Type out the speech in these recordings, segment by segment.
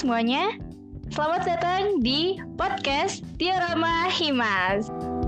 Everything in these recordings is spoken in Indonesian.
semuanya, selamat datang di podcast Diorama Himas.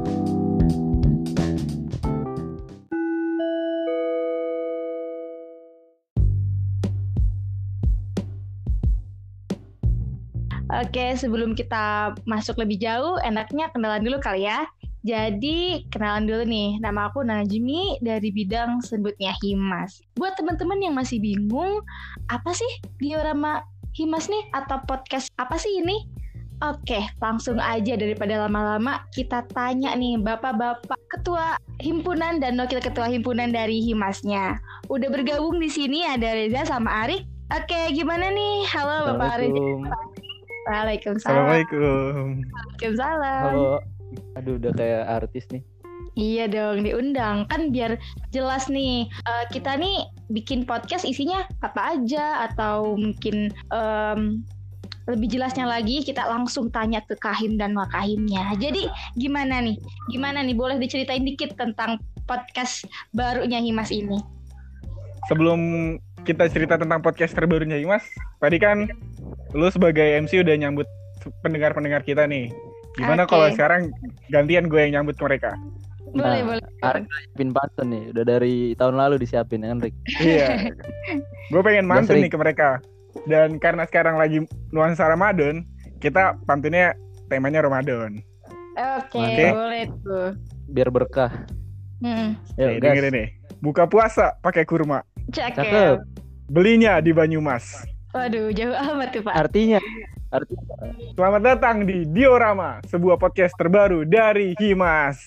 Oke, sebelum kita masuk lebih jauh, enaknya kenalan dulu kali ya. Jadi, kenalan dulu nih, nama aku Najmi dari bidang sebutnya Himas. Buat teman-teman yang masih bingung, apa sih Diorama Himas nih? Atau podcast apa sih ini? Oke, langsung aja daripada lama-lama, kita tanya nih bapak-bapak ketua himpunan dan wakil ketua himpunan dari Himasnya. Udah bergabung di sini ada Reza sama Arik. Oke, gimana nih? Halo Bapak Reza. Waalaikumsalam. Assalamualaikum. Waalaikumsalam. Halo. Aduh, udah kayak artis nih. Iya dong, diundang. Kan biar jelas nih, kita nih bikin podcast isinya apa aja. Atau mungkin lebih jelasnya lagi, kita langsung tanya ke Kahim dan Wakahimnya. Jadi gimana nih? Boleh diceritain dikit tentang podcast barunya Himas ini? Sebelum kita cerita tentang podcast terbarunya Himas, tadi kan lu sebagai MC udah nyambut pendengar-pendengar kita nih. Gimana kalau sekarang gantian gue yang nyambut mereka? Boleh. Arik siapin pantun nih, udah dari tahun lalu disiapin kan, Rik? Iya. Gue pengen mantun nih ke mereka. Dan karena sekarang lagi nuansa Ramadan, kita pantunnya temanya Ramadan. Oke. Boleh tuh. Biar berkah. Yuk, dengerin nih. Buka puasa pakai kurma. Cakep. Belinya di Banyumas. Waduh, jauh amat tuh Pak. Artinya Selamat datang di Diorama, sebuah podcast terbaru dari Himas.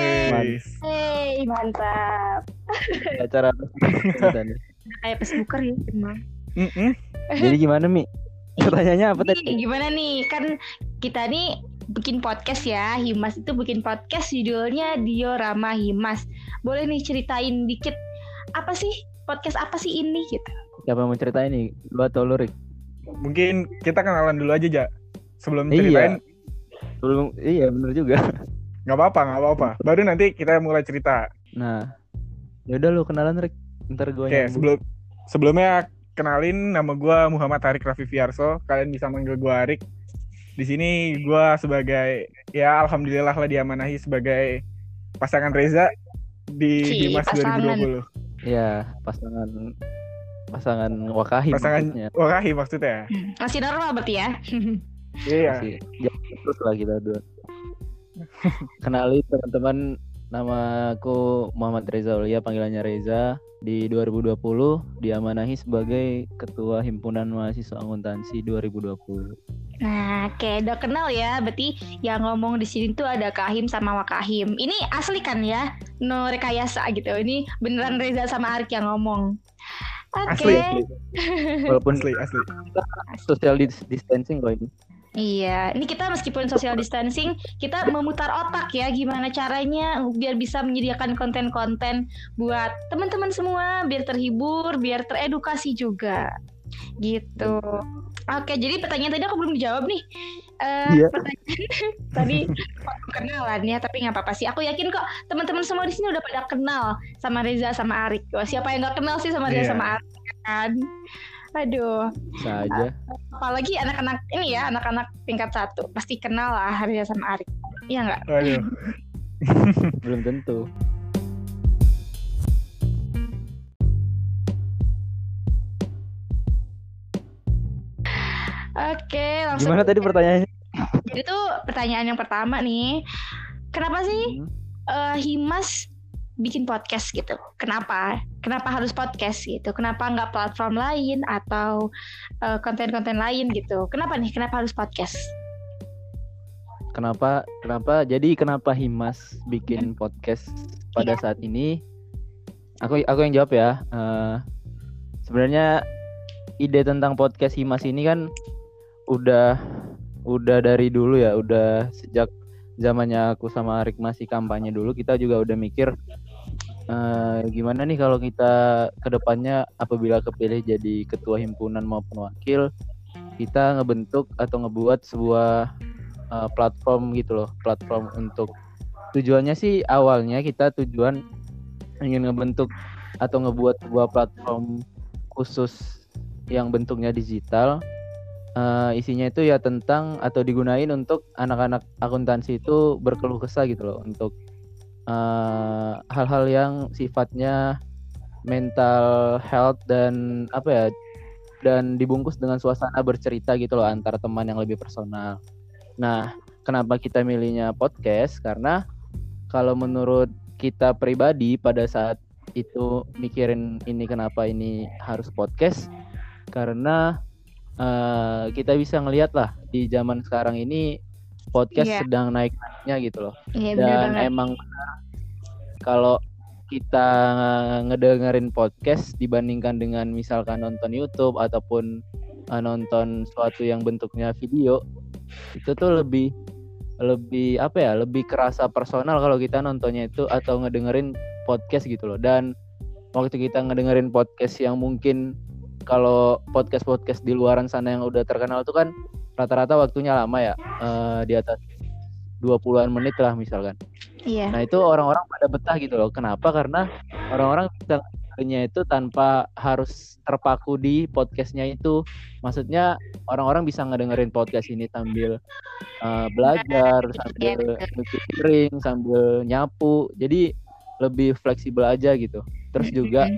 Mantap. acara kita nih. Kayak Facebooker ya emang. Jadi gimana, Mi? Pertanyaannya apa tadi? Gimana nih? Kan kita nih bikin podcast ya. Himas itu bikin podcast judulnya Diorama Himas. Boleh nih ceritain dikit apa sih? Podcast apa sih ini gitu? Siapa yang mau ceritain nih? Lu atau lu, Rik? Mungkin kita kenalan dulu aja, Ja. Sebelum ceritain. Iya, bener juga. Gak apa-apa. Baru nanti kita mulai cerita. Nah, yaudah lu kenalan, Rik. Ntar gue sebelumnya kenalin, nama gue Muhammad Arik Raffi Fiarso. Kalian bisa manggil gue Arik. Di sini gue sebagai, ya alhamdulillah lah diamanahi sebagai pasangan Reza di Himas 2020. Iya, pasangan Wakahim. Wakahim maksudnya. Masih normal berarti ya? Iya. Terus lah kita dua. Kenalin teman-teman, nama aku Muhammad Reza Aulia, panggilannya Reza. Di 2020 diamanahi sebagai Ketua Himpunan Mahasiswa Akuntansi 2020. Nah, oke, udah kenal ya. Berarti yang ngomong di sini tuh ada Kahim sama Wakahim. Ini asli kan ya? No rekayasa gitu. Ini beneran Reza sama Arik yang ngomong. Oke. Asli. Walaupun asli. Social distancing loh ini. Iya, ini kita meskipun social distancing, kita memutar otak ya gimana caranya biar bisa menyediakan konten-konten buat teman-teman semua, biar terhibur, biar teredukasi juga. Gitu. Oke, jadi pertanyaan tadi aku belum dijawab nih. Pertanyaan tadi kenalan ya, tapi nggak apa-apa sih. Aku yakin kok teman-teman semua di sini udah pada kenal sama Reza sama Arik. Wah, siapa yang nggak kenal sih sama Reza sama Arik kan? Aduh. Bisa aja. Apalagi anak-anak ini ya, anak-anak tingkat 1 pasti kenal lah Reza sama Arik. Iya nggak? Aduh. Belum tentu. Oke, langsung. Gimana tadi pertanyaannya? Jadi tuh pertanyaan yang pertama nih, kenapa sih Himas bikin podcast gitu? Kenapa harus podcast gitu? Kenapa nggak platform lain atau konten-konten lain gitu? Kenapa harus podcast? Kenapa? Jadi kenapa Himas bikin podcast pada saat ini? Aku yang jawab ya. Sebenarnya ide tentang podcast Himas ini kan udah dari dulu ya, udah sejak zamannya aku sama Arik masih kampanye dulu, kita juga udah mikir gimana nih kalau kita kedepannya apabila kepilih jadi ketua himpunan maupun wakil, kita ngebentuk atau ngebuat sebuah platform gitu loh, platform untuk tujuannya sih awalnya kita tujuan ingin ngebentuk atau ngebuat sebuah platform khusus yang bentuknya digital isinya itu ya tentang atau digunain untuk anak-anak akuntansi itu berkeluh kesah gitu loh, untuk hal-hal yang sifatnya mental health dan apa ya, dan dibungkus dengan suasana bercerita gitu loh antara teman yang lebih personal. Nah, kenapa kita milihnya podcast? Karena kalau menurut kita pribadi pada saat itu mikirin ini, kenapa ini harus podcast? Karena kita bisa ngelihat lah di zaman sekarang ini podcast sedang naik-naiknya gitu loh. Dan emang kalau kita ngedengerin podcast dibandingkan dengan misalkan nonton YouTube ataupun nonton suatu yang bentuknya video, itu tuh lebih apa ya, lebih kerasa personal kalau kita nontonnya itu atau ngedengerin podcast gitu loh. Dan waktu kita ngedengerin podcast yang mungkin kalau podcast di luaran sana yang udah terkenal tuh kan rata-rata waktunya lama ya, di atas 20-an menit lah misalkan. Iya. Nah itu orang-orang pada betah gitu loh. Kenapa? Karena orang-orang bisa ngedengerinnya itu tanpa harus terpaku di podcastnya itu. Maksudnya orang-orang bisa ngedengerin podcast ini sambil belajar, sambil nyuci piring, sambil nyapu. Jadi lebih fleksibel aja gitu. Terus juga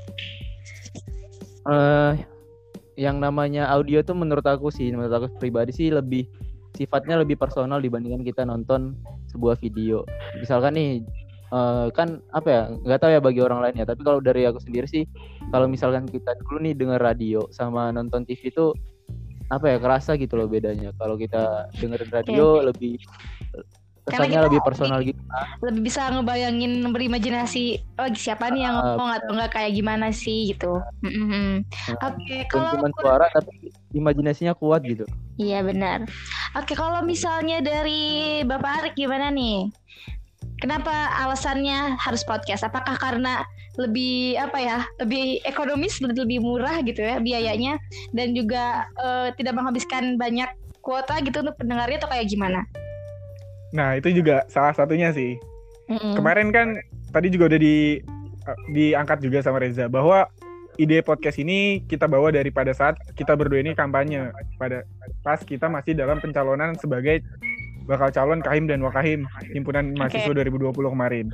yang namanya audio tuh menurut aku pribadi sih lebih sifatnya lebih personal dibandingkan kita nonton sebuah video. Misalkan nih kan apa ya, nggak tahu ya bagi orang lain ya, tapi kalau dari aku sendiri sih, kalau misalkan kita dulu nih denger radio sama nonton TV itu apa ya, kerasa gitu loh bedanya. Kalau kita dengerin radio lebih kesannya lebih personal gitu. Lebih bisa ngebayangin, berimajinasi siapa nih yang ngomong atau enggak kayak gimana sih gitu. Oke, kalau cuma suara tapi imajinasinya kuat gitu. Iya benar. Oke, kalau misalnya dari Bapak Arik gimana nih? Kenapa alasannya harus podcast? Apakah karena lebih apa ya, lebih ekonomis, lebih murah gitu ya biayanya, dan juga tidak menghabiskan banyak kuota gitu untuk pendengarnya, atau kayak gimana? Nah itu juga salah satunya sih. Kemarin kan tadi juga udah diangkat juga sama Reza bahwa ide podcast ini kita bawa daripada saat kita berdua ini kampanye, pada pas kita masih dalam pencalonan sebagai bakal calon Kahim dan Wakahim Himpunan Mahasiswa 2020 kemarin.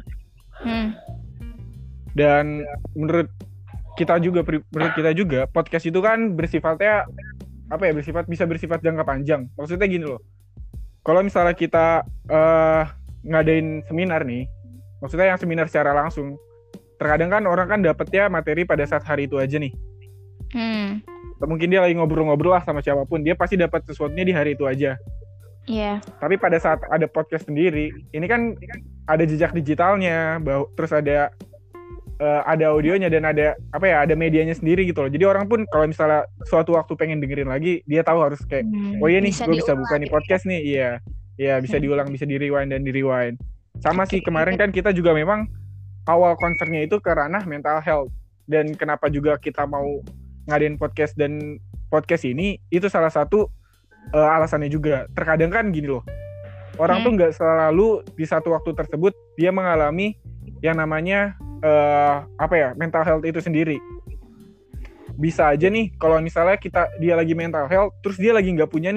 Dan menurut kita juga podcast itu kan bersifatnya apa ya, bisa bersifat jangka panjang. Maksudnya gini loh, kalau misalnya kita ngadain seminar nih, maksudnya yang seminar secara langsung, terkadang kan orang kan dapetnya materi pada saat hari itu aja nih. Atau mungkin dia lagi ngobrol-ngobrol lah sama siapapun, dia pasti dapat sesuatunya di hari itu aja. Iya. Tapi pada saat ada podcast sendiri, ini kan ada jejak digitalnya, terus ada audionya dan ada apa ya, ada medianya sendiri gitu loh. Jadi orang pun kalau misalnya suatu waktu pengen dengerin lagi, dia tahu harus kayak oh iya nih, gue bisa buka nih podcast nih. Iya bisa diulang, bisa di-rewind dan di-rewind. Sama sih kemarin kan kita juga memang awal concernnya itu ke ranah mental health, dan kenapa juga kita mau ngadain podcast dan podcast ini itu salah satu alasannya juga. Terkadang kan gini loh, orang tuh nggak selalu di satu waktu tersebut dia mengalami yang namanya apa ya, mental health itu sendiri. Bisa aja nih kalau misalnya dia lagi mental health, terus dia lagi nggak punya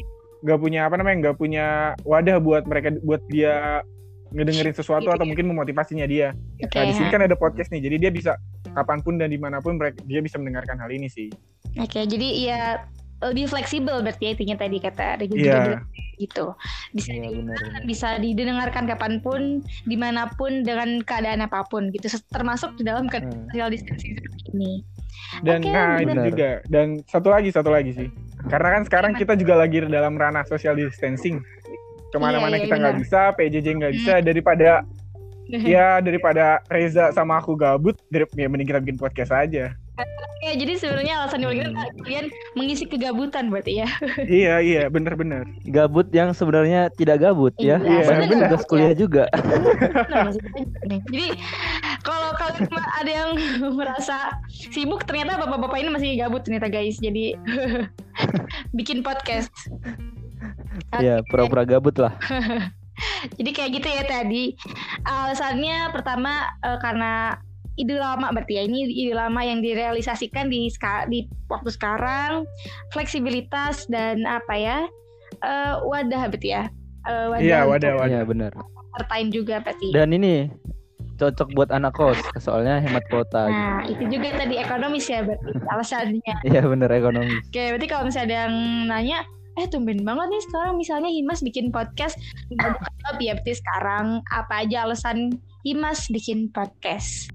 wadah buat dia ngedengerin sesuatu atau mungkin memotivasinya dia. Nah di sini kan ada podcast nih, jadi dia bisa kapanpun dan dimanapun dia bisa mendengarkan hal ini sih. Oke, jadi ya lebih fleksibel berarti ya, intinya tadi kata Regi juga gitu. Bisa didengarkan kapanpun, dimanapun, dengan keadaan apapun gitu, termasuk di dalam social distancing seperti ini. Dan itu juga. Dan satu lagi sih, karena kan sekarang kita juga lagi dalam ranah social distancing. Kemana-mana kita nggak bisa, PJJ nggak bisa, daripada Reza sama aku gabut, mending kita bikin podcast aja. Oke, jadi sebenarnya alasan kalian mengisi kegabutan berarti ya. Iya, benar-benar. Gabut yang sebenarnya tidak gabut ya. Banyak tugas kuliah juga. Jadi kalau kalian ada yang merasa sibuk, ternyata bapak-bapak ini masih gabut ternyata guys. Jadi bikin podcast. Iya, pura-pura gabut lah. Jadi kayak gitu ya tadi. Alasannya pertama karena ide lama berarti ya. Ini ide lama yang direalisasikan di waktu sekarang. Fleksibilitas dan wadah berarti ya. Wadah. Iya benar. Sertain juga berarti. Dan ini cocok buat anak kos, soalnya hemat kuota. Nah, itu juga tadi ekonomis ya berarti alasannya. Iya benar, ekonomis. Oke, berarti kalau misalnya ada yang nanya, tumben banget nih sekarang misalnya Himas bikin podcast, ya berarti sekarang apa aja alasan Himas bikin podcast?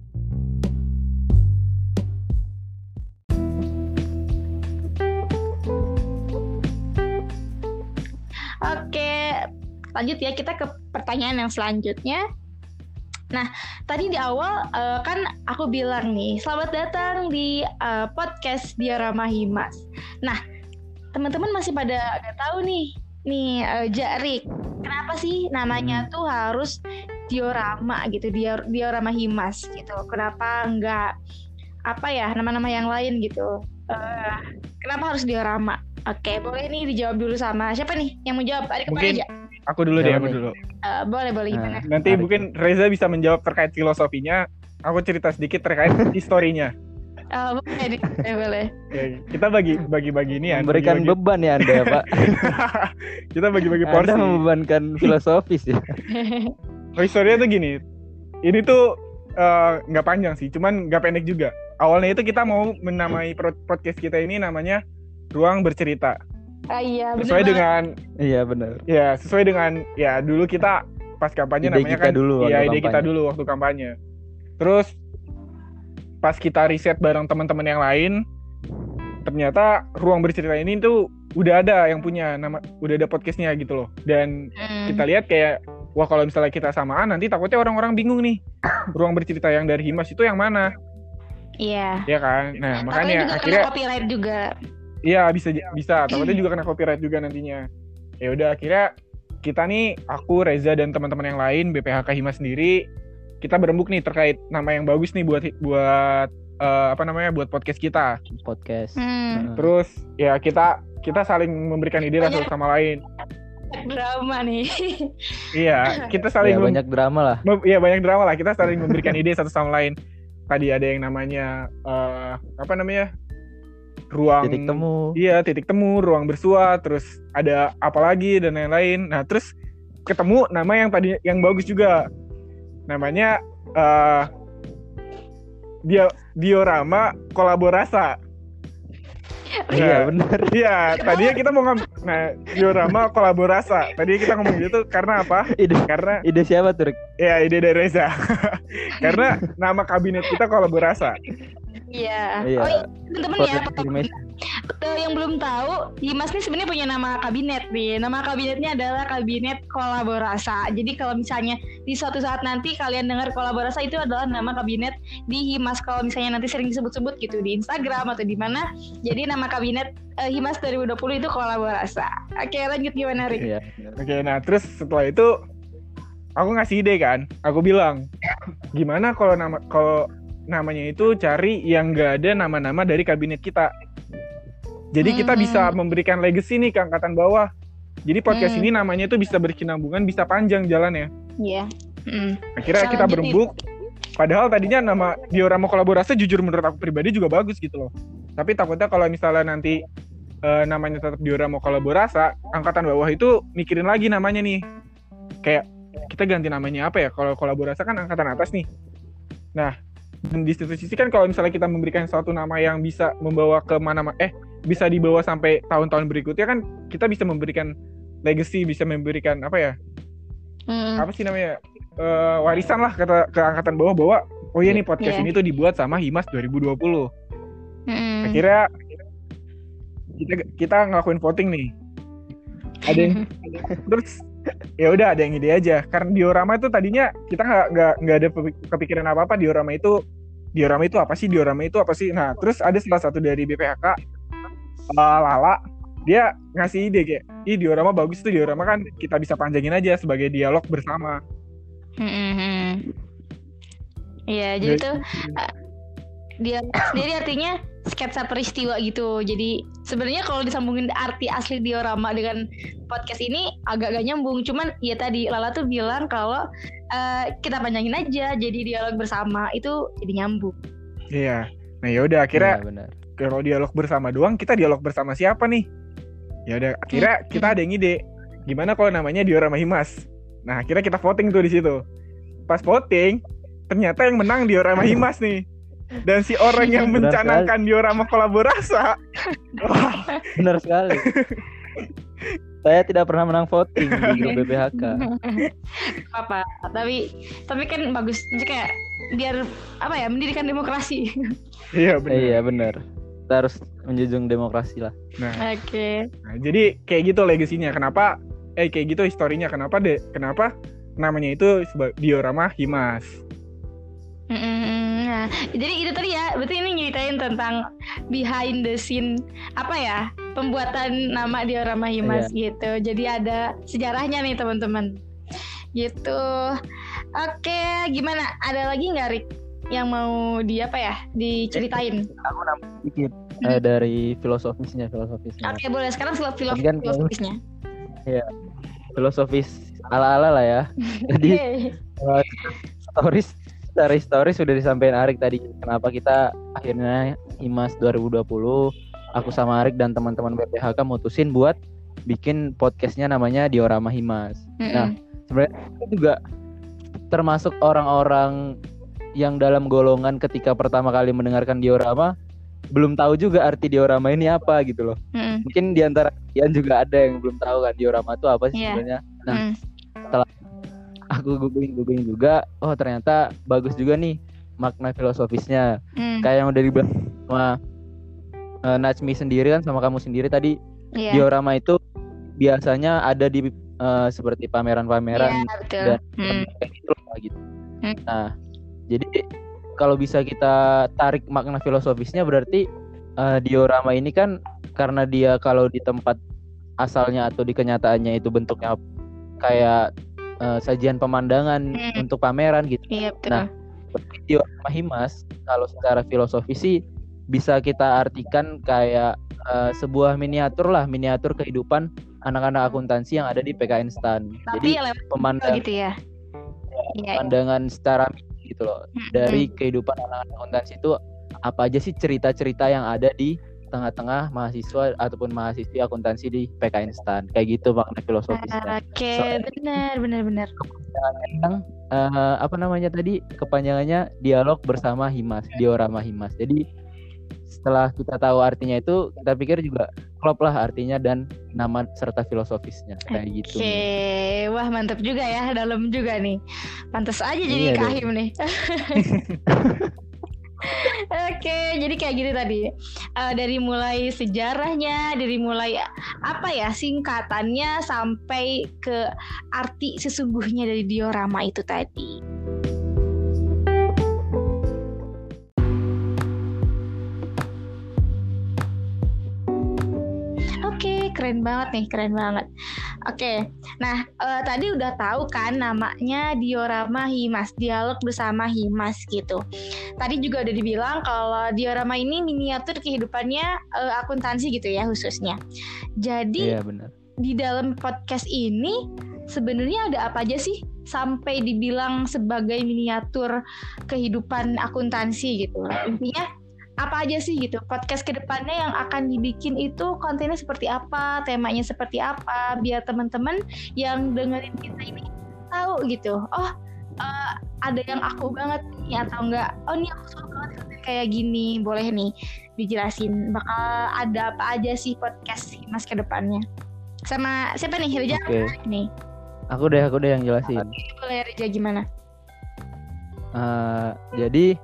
Oke, lanjut ya, kita ke pertanyaan yang selanjutnya. Nah, tadi di awal kan aku bilang nih, selamat datang di podcast Diorama Himas. Nah, teman-teman masih pada nggak tahu nih Jarik, kenapa sih namanya tuh harus diorama gitu, diorama Himas gitu? Kenapa nggak nama-nama yang lain gitu? Kenapa harus diorama? Oke, boleh nih dijawab dulu sama siapa nih yang mau jawab? Adik kemana aja? Aku dulu. Boleh gimana? Nanti mungkin Reza bisa menjawab terkait filosofinya. Aku cerita sedikit terkait historinya. Boleh. Ya, kita bagi ini ya. Memberikan beban ya Anda ya Pak. Kita bagi-bagi porsi. Anda membebankan filosofis ya. Historinya tuh gini. Ini tuh nggak panjang sih, cuman nggak pendek juga. Awalnya itu kita mau menamai podcast kita ini namanya Ruang Bercerita. Iya, benar. Sesuai dengan benar. Ya, sesuai dengan dulu kita pas kampanye namanya kan ide kita dulu waktu kampanye. Terus pas kita riset bareng teman-teman yang lain, ternyata Ruang Bercerita ini tuh udah ada yang punya nama, udah ada podcastnya gitu loh. Dan kita lihat kayak wah, kalau misalnya kita samaan nanti takutnya orang-orang bingung nih. Ruang Bercerita yang dari Himas itu yang mana? Iya. Iya kan? Nah, makanya juga akhirnya kena copyright juga. Iya, bisa. Takutnya juga kena copyright juga nantinya. Ya udah, akhirnya kita nih, aku, Reza dan teman-teman yang lain BPHK Himas sendiri, kita berembuk nih terkait nama yang bagus nih buat buat podcast kita. Podcast. Terus ya kita saling memberikan ide lah satu sama lain. Drama nih. Iya, kita saling banyak drama lah. Iya, banyak drama lah. Kita saling memberikan ide satu sama lain. Tadi ada yang namanya ruang titik temu. Iya, titik temu, ruang bersua, terus ada apa lagi dan lain-lain. Nah, terus ketemu nama yang tadi yang bagus juga. Namanya Diorama Kolaborasa. Iya, benar. Iya, tadinya kita mau Diorama Kolaborasa. Tadinya kita ngomong gitu karena apa? Ide siapa tuh? Iya, ide dari Reza. Karena nama kabinet kita Kolaborasa. Iya. Oh iya, teman-teman ya. Yang belum tahu, Himas ini sebenarnya punya nama kabinet nih. Nama kabinetnya adalah Kabinet Kolaborasa. Jadi kalau misalnya di suatu saat nanti kalian dengar Kolaborasa, itu adalah nama kabinet di Himas. Kalau misalnya nanti sering disebut-sebut gitu di Instagram atau di mana, jadi nama kabinet Himas 2020 itu Kolaborasa. Oke, lanjut gimana, Rik? Iya. Oke, nah terus setelah itu aku ngasih ide kan. Aku bilang, gimana kalau namanya itu cari yang gak ada nama-nama dari kabinet kita. Jadi kita bisa memberikan legacy nih ke angkatan bawah. Jadi podcast ini namanya itu bisa berkesinambungan, bisa panjang jalannya. Iya. Akhirnya kita berembuk. Padahal tadinya nama Diorama Kolaborasi jujur menurut aku pribadi juga bagus gitu loh. Tapi takutnya kalau misalnya nanti namanya tetap Diorama Kolaborasa, angkatan bawah itu mikirin lagi namanya nih. Kayak kita ganti namanya apa ya? Kalau Kolaborasa kan angkatan atas nih. Nah, dan di satu sisi kan kalau misalnya kita memberikan suatu nama yang bisa membawa ke bisa dibawa sampai tahun-tahun berikutnya kan kita bisa memberikan legacy, bisa memberikan apa ya? Apa sih namanya? Warisan lah ke angkatan bawah bahwa oh iya nih podcast ini tuh dibuat sama Himas 2020. Akhirnya kita ngelakuin voting nih. Ada yang terus ya udah ada yang ide aja karena diorama itu tadinya kita nggak ada kepikiran apa diorama itu apa sih. Nah terus ada salah satu dari BPHK Lala, dia ngasih ide kayak diorama bagus tuh, diorama kan kita bisa panjangin aja sebagai dialog bersama. Iya, jadi tuh Dia sendiri artinya sketsa peristiwa gitu. Jadi sebenarnya kalau disambungin arti asli diorama dengan podcast ini agak gak nyambung. Cuman ya tadi Lala tuh bilang kalau kita panjangin aja jadi dialog bersama itu jadi nyambung. Iya. Nah yaudah akhirnya benar. kalau dialog bersama doang, kita dialog bersama siapa nih? Ya udah akhirnya kita ada yang ide. Gimana kalau namanya diorama Himas? Nah akhirnya kita voting tuh di situ. Pas voting ternyata yang menang diorama Himas nih. Dan si orang yang Benar mencanangkan diorama Kolaborasa. Wah, Benar sekali. Saya tidak pernah menang voting di grup BPHK. Apa? Tapi kan bagus. Jadi kayak biar apa ya, mendirikan demokrasi. iya benar. Iya benar. Kita harus menjunjung demokrasi lah. Nah, Oke. nah, jadi kayak gitu legasinya. Kenapa? Kayak gitu historinya. Kenapa namanya itu diorama Himas? Nah, jadi itu tadi ya, berarti ini nyeritain tentang behind the scene apa ya, pembuatan nama diorama Himas gitu. Jadi ada sejarahnya nih teman-teman. Gitu. Oke, gimana? Ada lagi nggak Rik yang mau diceritain? Aku nambah sedikit dari filosofisnya. Oke, boleh. Sekarang filosofisnya. Iya. Filosofis ala-ala lah ya. Jadi Dari stories sudah disampaikan Arik tadi. Kenapa kita akhirnya Himas 2020, aku sama Arik dan teman-teman BPHK mutusin buat bikin podcastnya namanya Diorama Himas. Nah, sebenarnya itu juga termasuk orang-orang yang dalam golongan ketika pertama kali mendengarkan diorama belum tahu juga arti diorama ini apa gitu loh. Mungkin di antara kalian juga ada yang belum tahu kan diorama itu apa sih sebenarnya. Nah, setelah aku googling juga, oh ternyata bagus juga nih makna filosofisnya. Kayak yang udah dibilang sama Najmi sendiri kan, sama kamu sendiri tadi, diorama itu biasanya ada di seperti pameran-pameran dan gitu. Nah, jadi kalau bisa kita tarik makna filosofisnya berarti diorama ini kan karena dia kalau di tempat asalnya atau di kenyataannya itu bentuknya kayak sajian pemandangan untuk pameran gitu. Iya, betul. Nah, diorama Himas kalau secara filosofis sih bisa kita artikan kayak sebuah miniatur kehidupan anak-anak akuntansi yang ada di PKN STAN. Tapi jadi pemandangan gitu ya. Pemandangan secara gitu loh dari kehidupan anak-anak akuntansi itu apa aja sih cerita-cerita yang ada di tengah-tengah mahasiswa ataupun mahasiswi akuntansi di PKN STAN. Kayak gitu makna filosofisnya. Oke, benar. Yang apa namanya tadi, kepanjangannya dialog bersama Himas, diorama Himas. Jadi setelah kita tahu artinya itu, kita pikir juga klop lah artinya dan nama serta filosofisnya kayak gitu. Oke, wah mantap juga ya, dalam juga nih. Pantas aja jadi kahim nih. Oke, jadi kayak gitu tadi. Dari mulai sejarahnya, dari mulai singkatannya sampai ke arti sesungguhnya dari diorama itu tadi. Oke, keren banget. Oke, nah tadi udah tahu kan namanya diorama Himas, dialog bersama Himas gitu. Tadi juga udah dibilang kalau diorama ini miniatur kehidupannya akuntansi gitu ya khususnya. Jadi benar. Di dalam podcast ini sebenarnya ada apa aja sih sampai dibilang sebagai miniatur kehidupan akuntansi gitu. Intinya apa aja sih gitu podcast kedepannya yang akan dibikin itu kontennya seperti apa, temanya seperti apa, biar teman-teman yang dengerin kita ini tahu gitu. Ada yang aku banget nih atau enggak, ini aku suka banget konten kayak gini, boleh nih dijelasin bakal ada apa aja sih podcast Himas kedepannya. Sama siapa nih, Rija? Nih. Aku deh yang jelasin. Boleh Rija, gimana? Jadi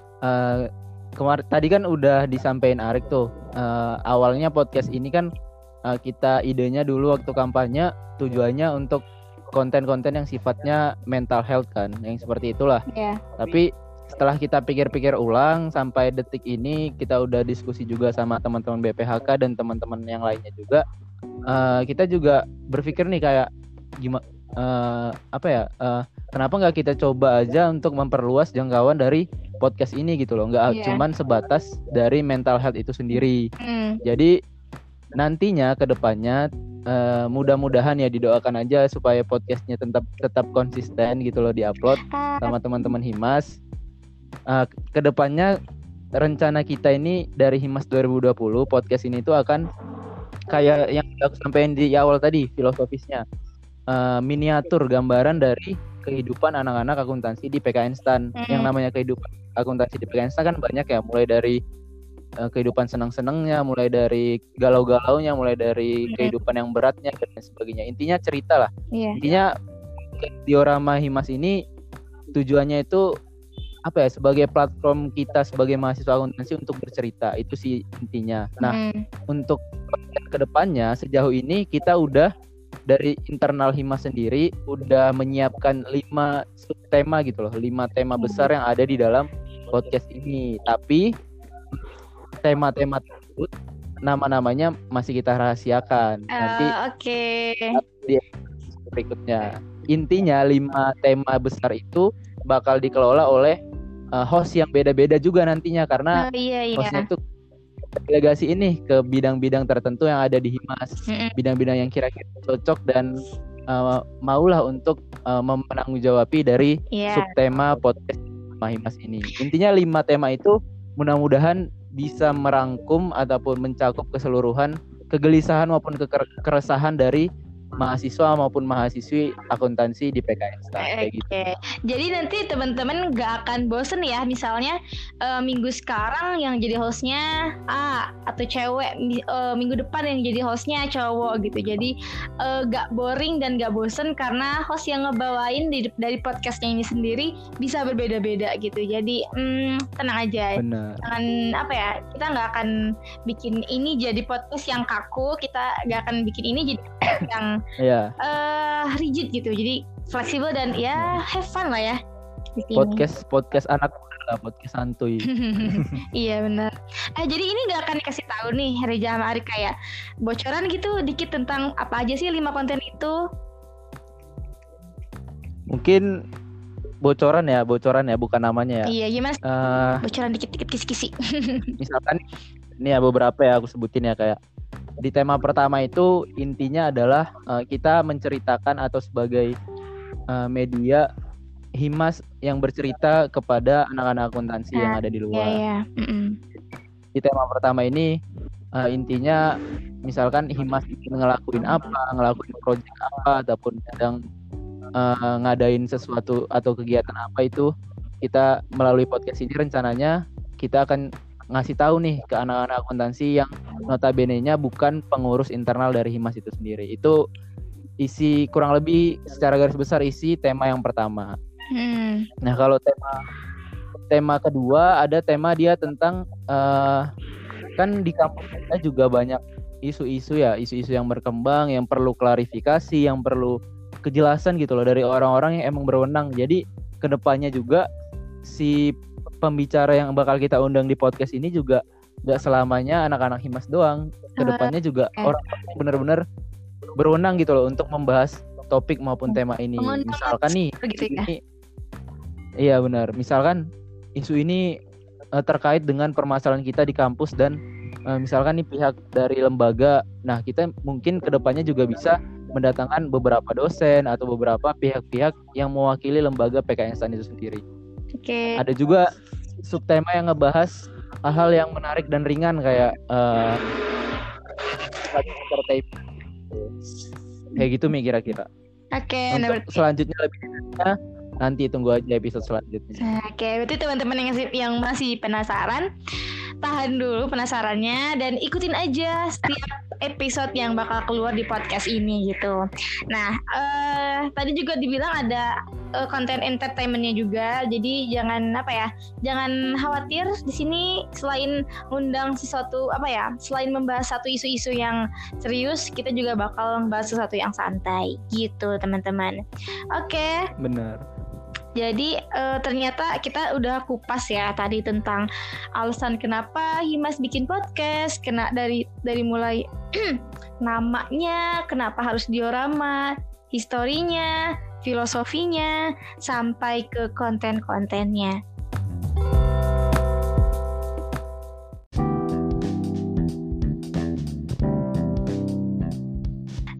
tadi kan udah disampaikan Arik tuh, awalnya podcast ini kan kita idenya dulu waktu kampanye tujuannya untuk konten-konten yang sifatnya mental health kan, yang seperti itulah. Tapi setelah kita pikir-pikir ulang sampai detik ini, kita udah diskusi juga sama teman-teman BPHK dan teman-teman yang lainnya juga, kita juga berpikir nih kayak gimana, kenapa nggak kita coba aja untuk memperluas jangkauan dari podcast ini gitu loh, nggak cuman sebatas dari mental health itu sendiri. Jadi nantinya ke depannya mudah-mudahan ya didoakan aja supaya podcastnya tetap konsisten gitu loh diupload sama teman-teman Himas. Ke depannya rencana kita ini dari Himas 2020 podcast ini tuh akan kayak yang aku sampaikan di awal tadi, filosofisnya miniatur gambaran dari kehidupan anak-anak akuntansi di PK Instan. Yang namanya kehidupan akuntansi di PK Instan kan banyak ya, mulai dari kehidupan senang-senangnya, mulai dari galau-galaunya, mulai dari kehidupan yang beratnya dan sebagainya. Intinya cerita lah. Intinya diorama Himas ini tujuannya itu apa ya, sebagai platform kita sebagai mahasiswa akuntansi untuk bercerita, itu sih intinya. Nah, untuk kedepannya sejauh ini kita udah dari internal Himas sendiri udah menyiapkan 5 subtema gitu loh, 5 tema besar yang ada di dalam podcast ini. Tapi tema-tema tersebut nama-namanya masih kita rahasiakan. Nanti di berikutnya. Intinya 5 tema besar itu bakal dikelola oleh host yang beda-beda juga nantinya, karena hostnya tuh delegasi ini ke bidang-bidang tertentu yang ada di Himas, bidang-bidang yang kira-kira cocok dan maulah untuk menanggung-jawabi dari subtema podcast Himas ini. Intinya 5 tema itu mudah-mudahan bisa merangkum ataupun mencakup keseluruhan kegelisahan maupun keresahan dari mahasiswa maupun mahasiswi akuntansi di PK Instan kayak gitu. Jadi nanti teman-teman gak akan bosen ya, misalnya minggu sekarang yang jadi hostnya A atau cewek, minggu depan yang jadi hostnya cowok gitu. Jadi gak boring dan gak bosen karena host yang ngebawain dari podcastnya ini sendiri bisa berbeda-beda gitu. Jadi tenang aja. Bener. Jangan apa ya, kita gak akan bikin ini jadi podcast yang kaku, kita gak akan bikin ini jadi yang rigid gitu, jadi fleksibel dan ya have fun lah ya di sini. Podcast anak muda, podcast santuy. Iya benar. Jadi ini nggak akan dikasih tahu nih Reza sama Arik kayak bocoran gitu dikit tentang apa aja sih 5 konten itu? Mungkin bocoran ya bukan namanya ya. Iya gimana? Bocoran dikit-dikit kisi-kisi. Misalkan ini ya beberapa ya aku sebutin ya, kayak di tema pertama itu intinya adalah kita menceritakan atau sebagai media Himas yang bercerita kepada anak-anak akuntansi yang ada di luar. Di tema pertama ini intinya misalkan Himas ngelakuin project apa ataupun sedang ngadain sesuatu atau kegiatan apa, itu kita melalui podcast ini rencananya kita akan ngasih tahu nih ke anak-anak akuntansi yang notabene-nya bukan pengurus internal dari Himas itu sendiri. Itu isi kurang lebih secara garis besar isi tema yang pertama. Nah kalau tema kedua ada tema dia tentang kan di kampus kita juga banyak isu-isu yang berkembang, yang perlu klarifikasi, yang perlu kejelasan gitu loh dari orang-orang yang emang berwenang. Jadi kedepannya juga si pembicara yang bakal kita undang di podcast ini juga gak selamanya anak-anak Himas doang. Kedepannya juga orang benar-benar berwenang gitu loh untuk membahas topik maupun tema ini. Misalkan nih iya benar. Misalkan isu ini terkait dengan permasalahan kita di kampus dan misalkan nih pihak dari lembaga. Nah kita mungkin kedepannya juga bisa mendatangkan beberapa dosen atau beberapa pihak-pihak yang mewakili lembaga PK Instan itu sendiri. Ada juga subtema yang ngebahas hal-hal yang menarik dan ringan kayak entertainment. Kayak gitu Mi kira-kira. Untuk selanjutnya lebih detailnya nanti tunggu aja episode selanjutnya. Berarti teman-teman yang masih penasaran, tahan dulu penasarannya dan ikutin aja setiap episode yang bakal keluar di podcast ini gitu. Nah, tadi juga dibilang ada konten entertainmentnya juga, jadi jangan khawatir di sini. Selain undang sesuatu selain membahas satu isu-isu yang serius, kita juga bakal membahas sesuatu yang santai gitu teman-teman. Benar. Jadi ternyata kita udah kupas ya tadi tentang alasan kenapa Himas bikin podcast, dari mulai namanya, kenapa harus diorama, historinya, filosofinya, sampai ke konten-kontennya.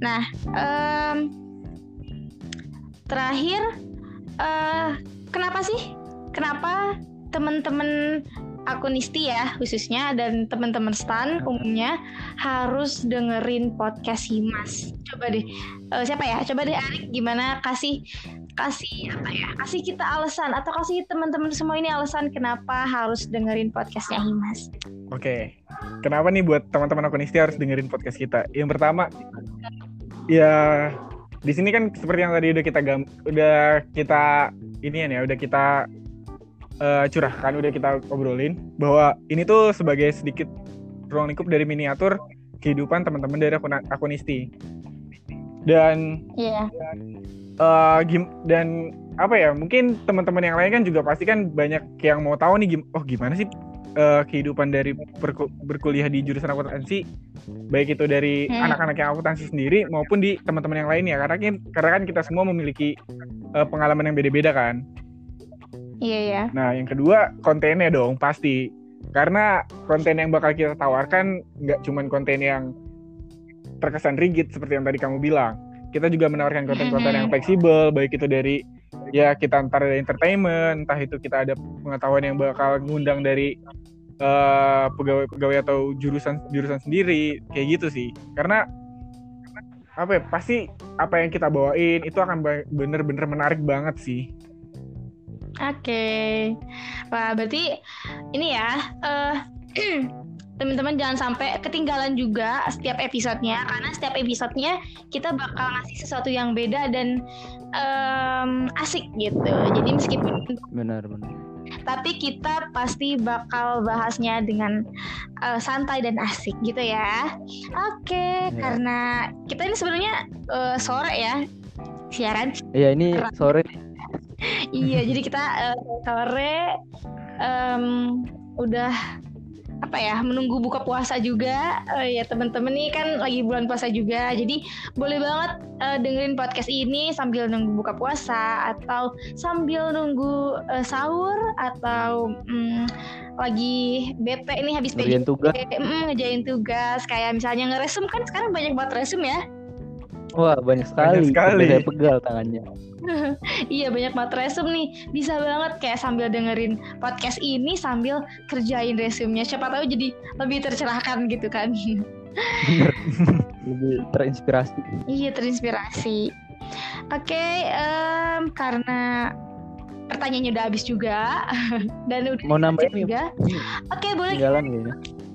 Nah, terakhir, kenapa teman-teman akunisti ya khususnya dan teman-teman stan umumnya harus dengerin podcast Himas? Coba deh, siapa ya? Coba deh Arik, gimana kasih kita alasan atau kasih teman-teman semua ini alasan kenapa harus dengerin podcastnya Himas. Oke. Kenapa nih buat teman-teman akunisti harus dengerin podcast kita? Yang pertama, ya di sini kan seperti yang tadi udah kita curahkan, udah kita obrolin bahwa ini tuh sebagai sedikit ruang lingkup dari miniatur kehidupan teman-teman dari akunisti. Dan dan apa ya, mungkin teman-teman yang lain kan juga pasti kan banyak yang mau tahu nih gimana sih kehidupan dari berkuliah di jurusan akuntansi, baik itu dari anak-anak yang akuntansi sendiri maupun di teman-teman yang lainnya, karena kan kita semua memiliki pengalaman yang beda-beda kan. Iya. Nah, yang kedua kontennya dong pasti, karena konten yang bakal kita tawarkan nggak cuman konten yang terkesan rigid seperti yang tadi kamu bilang. Kita juga menawarkan konten-konten yang fleksibel, baik itu dari ya kita antara dari entertainment, entah itu kita ada pengetahuan yang bakal ngundang dari pegawai atau jurusan sendiri, kayak gitu sih. Karena apa ya, pasti apa yang kita bawain itu akan bener-bener menarik banget sih. Oke. Wah, berarti ini ya, teman-teman jangan sampai ketinggalan juga setiap episodenya, karena setiap episodenya kita bakal ngasih sesuatu yang beda dan asik gitu. Jadi meskipun benar. tapi kita pasti bakal bahasnya dengan santai dan asik gitu ya. Oke. Karena kita ini sebenarnya sore ya siaran. Iya, ini sore. Iya, jadi kita sore udah menunggu buka puasa juga. Ya teman-teman nih kan lagi bulan puasa juga, jadi boleh banget dengerin podcast ini sambil nunggu buka puasa atau sambil nunggu sahur atau lagi bete nih habis ngerjain tugas kayak misalnya ngeresum, kan sekarang banyak banget resum ya. Wah, banyak sekali. Saya pegal tangannya. Iya, banyak banget resum nih. Bisa banget kayak sambil dengerin podcast ini sambil kerjain resumnya. Siapa tahu jadi lebih tercerahkan gitu kan. Bener. Lebih terinspirasi. Iya, terinspirasi. Oke, karena pertanyaannya udah habis juga dan udah mau nambahin juga. Oke, boleh. Jalan kayaknya.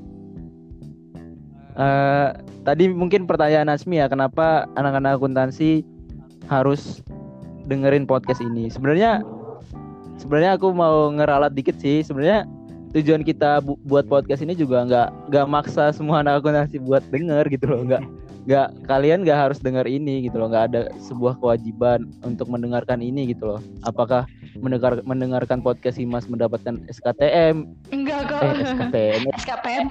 Tadi mungkin pertanyaan Asmi ya, kenapa anak-anak akuntansi harus dengerin podcast ini? Sebenarnya aku mau ngeralat dikit sih. Sebenarnya tujuan kita buat podcast ini juga nggak maksa semua anak akuntansi buat denger gitu loh. Nggak kalian nggak harus denger ini gitu loh. Nggak ada sebuah kewajiban untuk mendengarkan ini gitu loh. Apakah mendengarkan podcast Himas mendapatkan SKTM? Enggak kok. SKPM.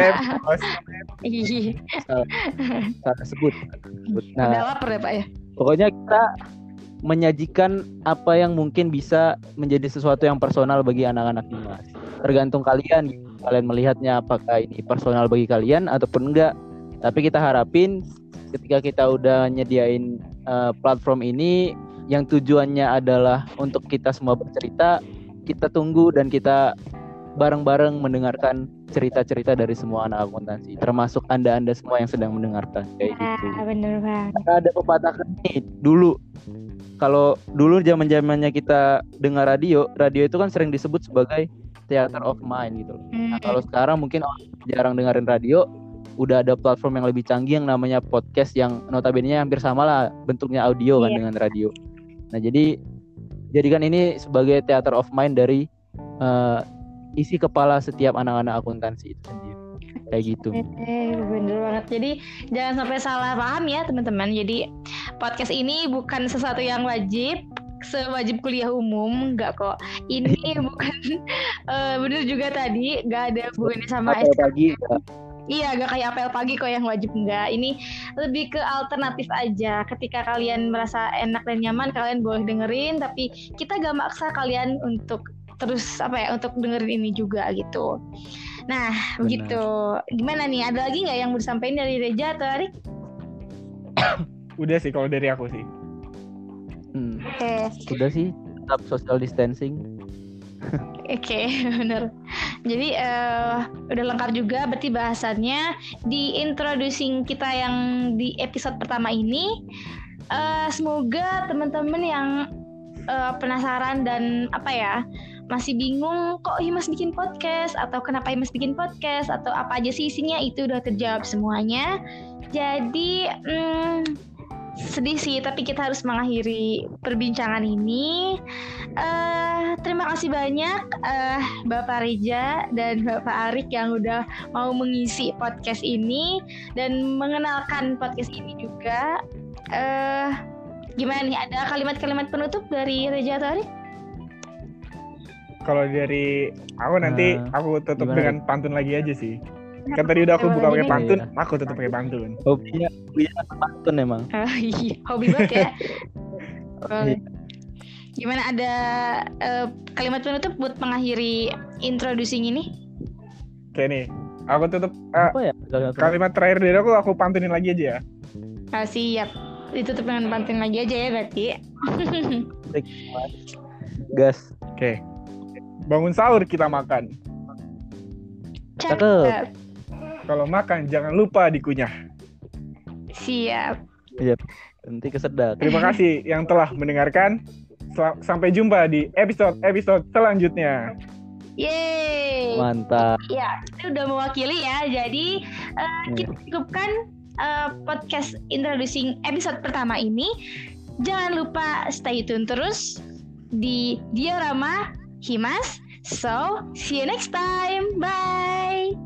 Iya. Salah sebut. Nah, udah lapar ya Pak ya. Pokoknya kita menyajikan apa yang mungkin bisa menjadi sesuatu yang personal bagi anak-anak Himas. Tergantung kalian melihatnya apakah ini personal bagi kalian ataupun enggak. Tapi kita harapin ketika kita udah nyediain platform ini yang tujuannya adalah untuk kita semua bercerita, kita tunggu dan kita bareng-bareng mendengarkan cerita-cerita dari semua anak akuntansi, termasuk anda semua yang sedang mendengarkan kayak gitu. Bener banget. Ada pepatah nih dulu. Kalau dulu zaman-zamannya kita dengar radio itu kan sering disebut sebagai theater of mind gitu. Nah, kalau sekarang mungkin jarang dengerin radio, udah ada platform yang lebih canggih yang namanya podcast, yang notabene-nya hampir sama lah bentuknya audio kan dengan radio. Nah, jadikan ini sebagai theater of mind dari isi kepala setiap anak-anak akuntansi itu sendiri. Kayak gitu. Bener banget. Jadi jangan sampai salah paham ya teman-teman. Jadi podcast ini bukan sesuatu yang wajib, sewajib kuliah umum, enggak kok. Ini bukan bener juga tadi, enggak ada hubungannya sama pagi. Iya, gak kayak apel pagi kok yang wajib, enggak. Ini lebih ke alternatif aja. Ketika kalian merasa enak dan nyaman, kalian boleh dengerin, tapi kita gak maksa kalian untuk terus untuk dengerin ini juga gitu. Nah, benar. Begitu. Gimana nih? Ada lagi nggak yang mau disampaikan dari Reja atau Arik? Udah sih kalau dari aku sih. Oke. Udah sih, tetap social distancing. Oke, bener. Jadi udah lengkap juga berarti bahasannya di introducing kita yang di episode pertama ini. Semoga teman-teman yang penasaran dan masih bingung kok Himas bikin podcast atau kenapa Himas bikin podcast atau apa aja sih isinya, itu udah terjawab semuanya. Jadi sedih sih, tapi kita harus mengakhiri perbincangan ini. Terima kasih banyak Bapak Reza dan Bapak Arik yang udah mau mengisi podcast ini dan mengenalkan podcast ini juga. Gimana nih, ada kalimat-kalimat penutup dari Reza atau Arik? Kalau dari aku nanti aku tutup gimana? dengan pantun lagi aja sih. Kan tadi udah aku buka pakai pantun, Iya. aku tutup pakai pantun. Hobinya pantun emang. Iya, hobi banget ya. Iya. Gimana, ada kalimat penutup buat mengakhiri introducing ini? Oke nih, aku tutup Apa ya? kalimat terakhir dari aku pantunin lagi aja ya. Siap, ditutup dengan pantun lagi aja ya berarti. Gas. Oke. Bangun sahur kita makan. Cakep. Kalau makan jangan lupa dikunyah. Siap. Iya. Nanti kesedak. Terima kasih yang telah mendengarkan. Sampai jumpa di episode selanjutnya. Yeay. Mantap. Ya, itu udah mewakili ya. Jadi kita cukupkan podcast introducing episode pertama ini. Jangan lupa stay tune terus di Diorama Himas. So, see you next time. Bye.